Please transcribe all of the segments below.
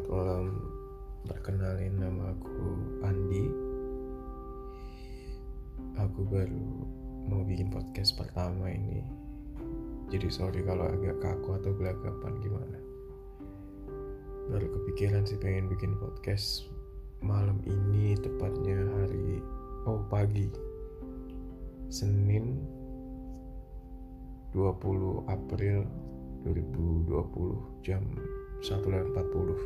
Selamat malam, perkenalin nama aku Andi. Aku baru mau bikin podcast pertama ini. Jadi sorry kalau agak kaku atau gelagapan gimana. Baru kepikiran sih pengen bikin podcast malam ini, tepatnya pagi Senin 20 April 2020 jam 1:40.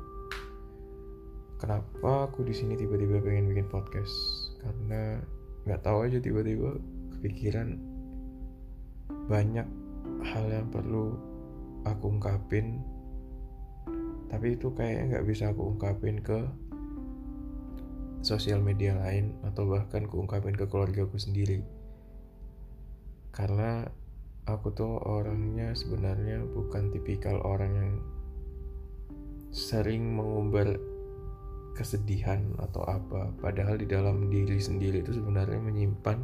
Kenapa aku di sini tiba-tiba pengen bikin podcast? Karena nggak tahu aja, tiba-tiba kepikiran banyak hal yang perlu aku ungkapin, tapi itu kayaknya nggak bisa aku ungkapin ke sosial media lain atau bahkan aku ungkapin ke keluarga aku sendiri. Karena aku tuh orangnya sebenarnya bukan tipikal orang yang sering mengumbar kesedihan atau apa, padahal di dalam diri sendiri itu sebenarnya menyimpan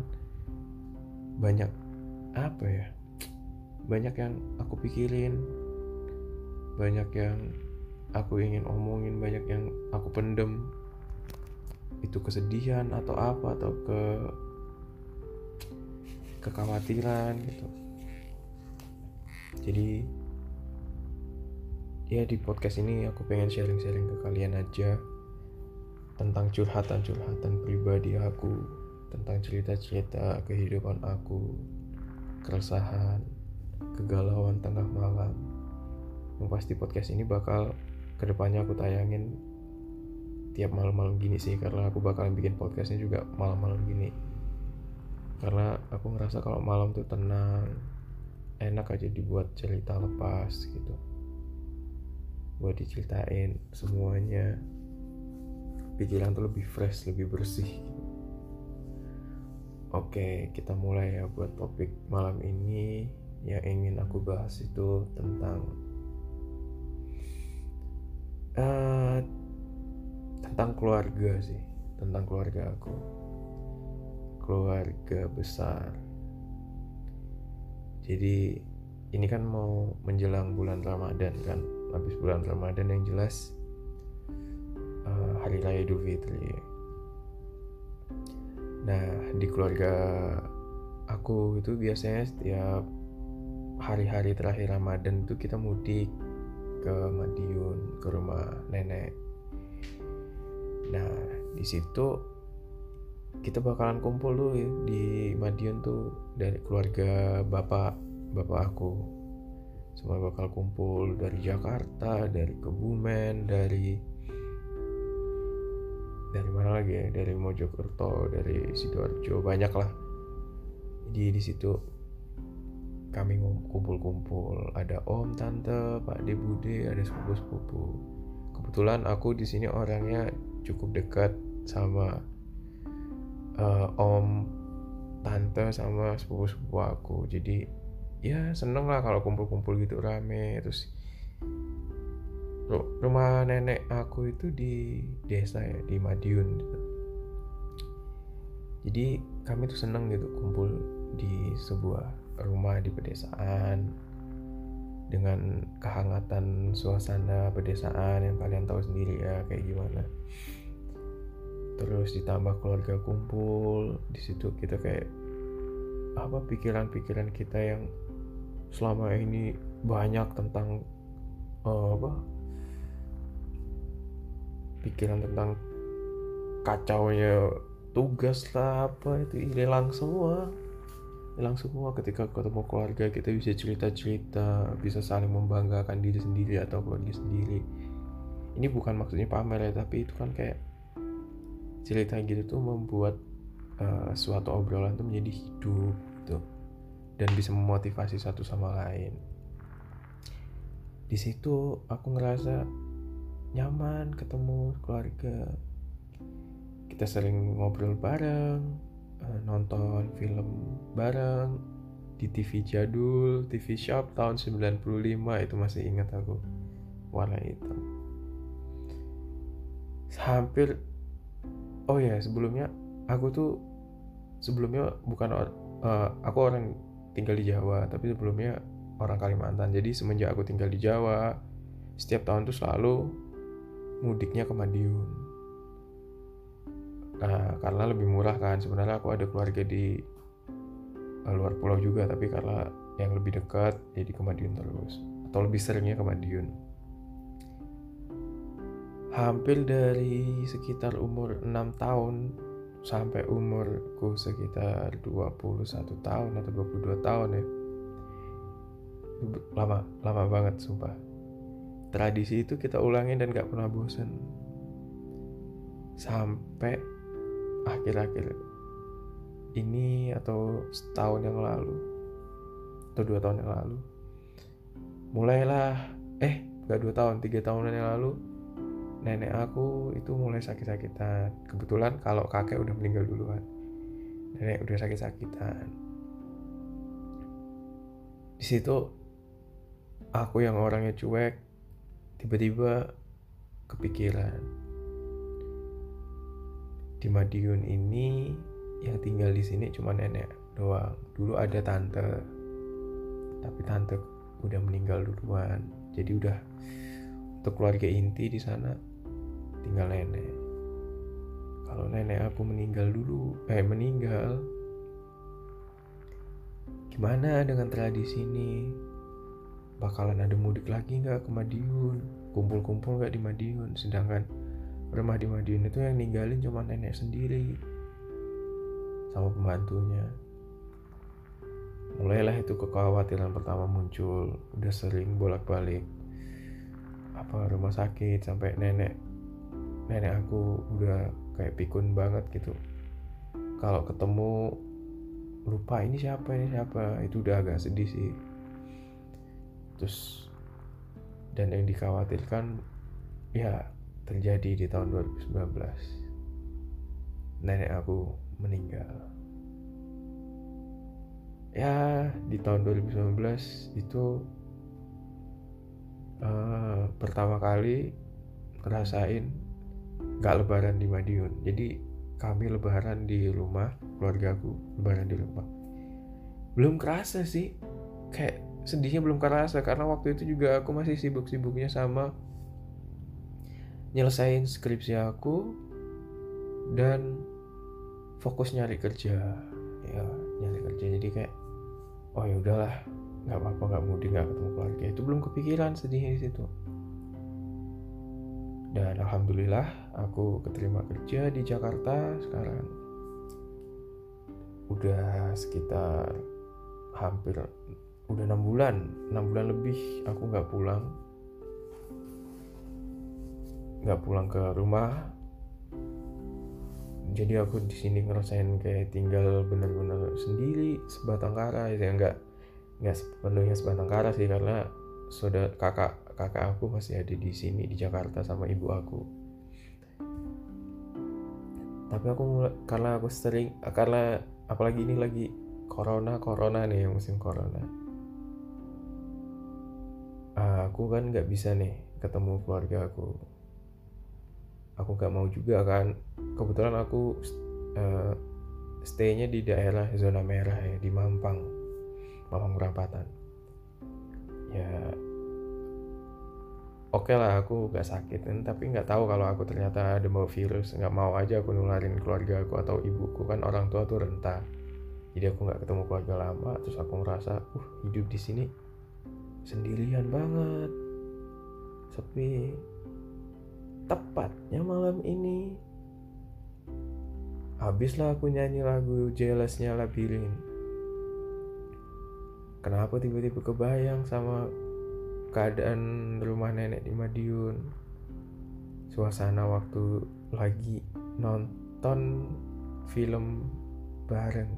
banyak yang aku pikirin, banyak yang aku ingin omongin, banyak yang aku pendem. Itu kesedihan atau apa, atau kekhawatiran gitu. Jadi ya di podcast ini aku pengen sharing-sharing ke kalian aja tentang curhatan-curhatan pribadi aku, tentang cerita-cerita kehidupan aku, keresahan, kegalauan tengah malam. Yang pasti podcast ini bakal kedepannya aku tayangin tiap malam-malam gini sih, karena aku bakalan bikin podcastnya juga malam-malam gini. Karena aku ngerasa kalau malam tuh tenang, enak aja dibuat cerita lepas gitu, buat diceritain semuanya. Pikiran tuh lebih fresh, lebih bersih. Oke, kita mulai ya buat topik malam ini. Yang ingin aku bahas itu tentang keluarga sih, tentang keluarga aku, keluarga besar. Jadi ini kan mau menjelang bulan Ramadan kan, habis bulan Ramadan yang jelas Hari Raya Idul Fitri. Nah, di keluarga aku itu biasanya setiap hari-hari terakhir Ramadan itu kita mudik ke Madiun, ke rumah nenek. Nah, di situ kita bakalan kumpul dulu ya, di Madiun tuh dari keluarga bapak aku. Semua bakal kumpul dari Jakarta, dari Kebumen, dari mana lagi ya, dari Mojokerto, dari Sidoarjo, banyak lah. Jadi di situ kami kumpul-kumpul, ada om, tante, pak de, bude, ada sepupu-sepupu. Kebetulan aku di sini orangnya cukup dekat sama om, tante, sama sepupu-sepupu aku. Jadi ya seneng lah kalau kumpul-kumpul gitu rame. Terus rumah nenek aku itu di desa ya, di Madiun gitu. Jadi kami tuh seneng gitu kumpul di sebuah rumah di pedesaan dengan kehangatan suasana pedesaan yang kalian tahu sendiri ya kayak gimana. Terus ditambah keluarga kumpul di situ, kita kayak pikiran-pikiran kita yang selama ini banyak tentang pikiran tentang kacaunya tugas lah itu hilang semua ketika ketemu keluarga. Kita bisa cerita-cerita, bisa saling membanggakan diri sendiri atau keluarga sendiri. Ini bukan maksudnya pamer ya, tapi itu kan kayak cerita gitu tuh membuat suatu obrolan tuh menjadi hidup gitu, dan bisa memotivasi satu sama lain. Di situ aku ngerasa nyaman ketemu keluarga. Kita sering ngobrol bareng, nonton film bareng di TV jadul, TV Shop tahun 95, itu masih ingat aku, warna hitam. Sebelumnya aku orang tinggal di Jawa, tapi sebelumnya orang Kalimantan. Jadi semenjak aku tinggal di Jawa, setiap tahun tuh selalu mudiknya ke Madiun. Nah, karena lebih murah kan. Sebenarnya aku ada keluarga di luar pulau juga, tapi karena yang lebih dekat jadi ke Madiun terus, atau lebih seringnya ke Madiun. Hampir dari sekitar umur 6 tahun sampai umurku sekitar 21 tahun atau 22 tahun ya. Lama banget sumpah. Tradisi itu kita ulangin dan gak pernah bosan. Sampai akhir-akhir ini atau setahun yang lalu atau 2 tahun yang lalu mulailah gak 2 tahun, 3 tahunan yang lalu nenek aku itu mulai sakit-sakitan. Kebetulan kalau kakek udah meninggal duluan, nenek udah sakit-sakitan. Di situ aku yang orangnya cuek tiba-tiba kepikiran, di Madiun ini yang tinggal di sini cuma nenek doang. Dulu ada tante, tapi tante udah meninggal duluan. Jadi udah untuk keluarga inti di sana tinggal nenek. Kalau nenek aku meninggal, gimana dengan tradisi ini? Bakalan ada mudik lagi nggak ke Madiun? Kumpul-kumpul nggak di Madiun? Sedangkan rumah di Madiun itu yang ninggalin cuma nenek sendiri sama pembantunya. Mulailah itu kekhawatiran pertama muncul. Udah sering bolak-balik rumah sakit, sampai nenek aku udah kayak pikun banget gitu. Kalau ketemu lupa ini siapa, itu udah agak sedih sih. Terus dan yang dikhawatirkan ya terjadi di tahun 2019. Nenek aku meninggal. Ya di tahun 2019 itu pertama kali ngerasain gak lebaran di Madiun. Jadi kami lebaran di rumah, keluarga aku lebaran di rumah. Belum kerasa sih, kayak sedihnya belum kerasa, karena waktu itu juga aku masih sibuk-sibuknya sama nyelesain skripsi aku dan fokus nyari kerja. Jadi kayak oh ya udahlah, nggak apa-apa, nggak mudik, nggak ketemu keluarga. Itu belum kepikiran sedihnya di situ. Dan alhamdulillah aku keterima kerja di Jakarta sekarang. Udah sekitar udah 6 bulan lebih aku nggak pulang ke rumah. Jadi aku di sini ngerasain kayak tinggal benar-benar sendiri sebatang kara. Ya nggak sepenuhnya sebatang kara sih, karena kakak aku masih ada di sini di Jakarta sama ibu aku. Tapi karena apalagi ini lagi corona nih, musim corona. Aku kan nggak bisa nih ketemu keluarga aku. Aku nggak mau juga kan. Kebetulan aku stay-nya di daerah zona merah ya, di Mampang Perapatan. Ya oke lah, aku gak sakit kan, tapi nggak tahu kalau aku ternyata ada bawa virus. Nggak mau aja aku nularin keluarga aku atau ibuku, kan orang tua tuh rentan. Jadi aku nggak ketemu keluarga lama. Terus aku merasa hidup di sini sendirian banget, sepi. Tepatnya malam ini habislah aku nyanyi lagu Jealousnya Labirin. Kenapa tiba-tiba kebayang sama keadaan rumah nenek di Madiun, suasana waktu lagi nonton film bareng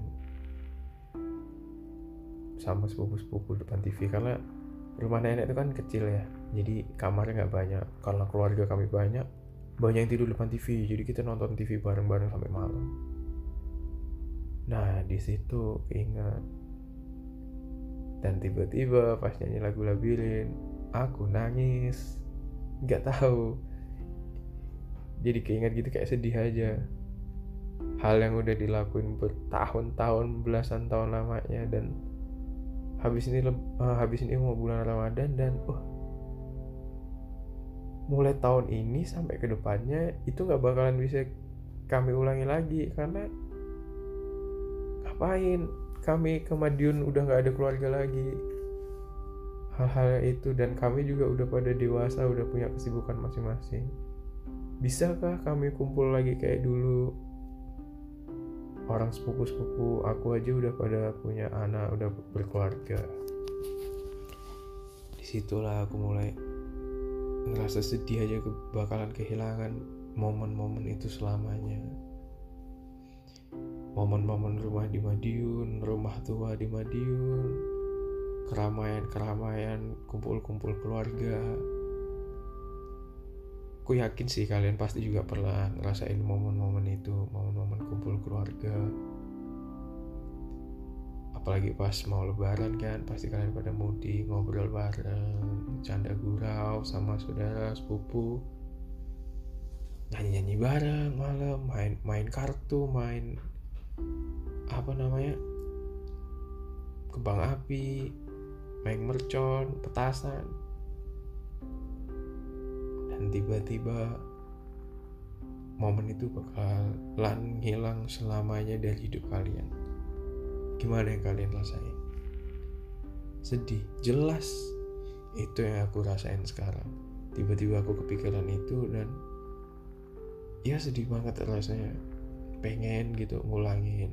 sama sepupu-sepupu depan TV. Karena rumah nenek itu kan kecil ya, jadi kamarnya nggak banyak. Karena keluarga kami banyak yang tidur depan TV, jadi kita nonton TV bareng-bareng sampai malam. Nah di situ keinget, dan tiba-tiba pas nyanyi lagu Labirin aku nangis, nggak tahu, jadi keinget gitu, kayak sedih aja. Hal yang udah dilakuin bertahun-tahun, belasan tahun lamanya, dan habis ini mau bulan Ramadan dan mulai tahun ini sampai ke depannya itu gak bakalan bisa kami ulangi lagi. Karena ngapain kami ke Madiun, udah gak ada keluarga lagi. Hal-hal itu, dan kami juga udah pada dewasa, udah punya kesibukan masing-masing. Bisakah kami kumpul lagi kayak dulu? Orang sepupu-sepupu aku aja udah pada punya anak, udah berkeluarga. Disitulah aku mulai ngerasa sedih aja, bakalan kehilangan momen-momen itu selamanya. Momen-momen rumah di Madiun, rumah tua di Madiun, keramaian-keramaian, kumpul-kumpul keluarga. Aku yakin sih kalian pasti juga pernah ngerasain momen-momen itu, momen-momen kumpul keluarga. Apalagi pas mau lebaran kan, pasti kalian pada mudik, ngobrol bareng, canda gurau sama saudara sepupu, nyanyi-nyanyi bareng malam, main kartu, main kembang api, main mercon, petasan. Dan tiba-tiba momen itu bakalan hilang selamanya dari hidup kalian. Gimana yang kalian rasain? Sedih, jelas. Itu yang aku rasain sekarang. Tiba-tiba aku kepikiran itu dan ya sedih banget rasanya. Pengen gitu ngulangin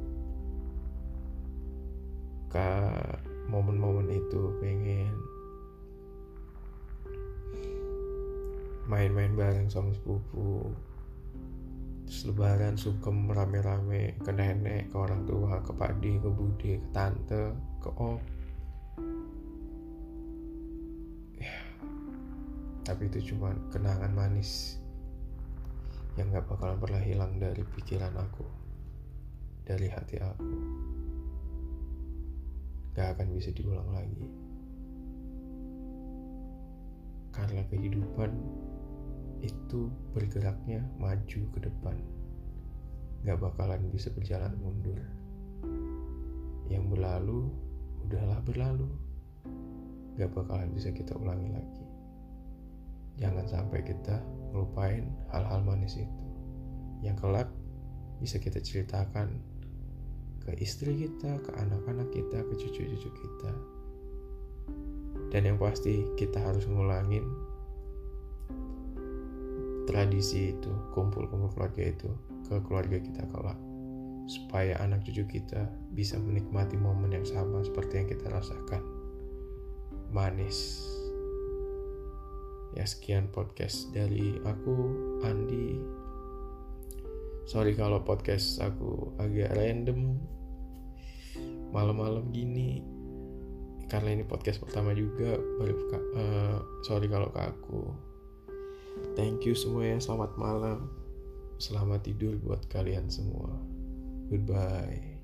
ke momen-momen itu, pengen main-main bareng sama sepupu, terus lebaran sungkem rame-rame ke nenek, ke orang tua, ke pakde, ke bude, ke tante, ke om. Ya, tapi itu cuma kenangan manis yang gak bakalan pernah hilang dari pikiran aku, dari hati aku. Gak akan bisa diulang lagi. Karena kehidupan itu bergeraknya maju ke depan, gak bakalan bisa berjalan mundur. Yang berlalu udahlah berlalu, gak bakalan bisa kita ulangi lagi. Jangan sampai kita ngelupain hal-hal manis itu yang kelak bisa kita ceritakan ke istri kita, ke anak-anak kita, ke cucu-cucu kita. Dan yang pasti kita harus ngulangin tradisi itu, kumpul-kumpul keluarga itu ke keluarga kita kelak, supaya anak cucu kita bisa menikmati momen yang sama seperti yang kita rasakan. Manis. Ya, sekian podcast dari aku, Andi. Sorry kalau podcast aku agak random malam-malam gini, karena ini podcast pertama juga. Sorry kalau ke aku. Thank you semuanya, selamat malam, selamat tidur buat kalian semua. Goodbye.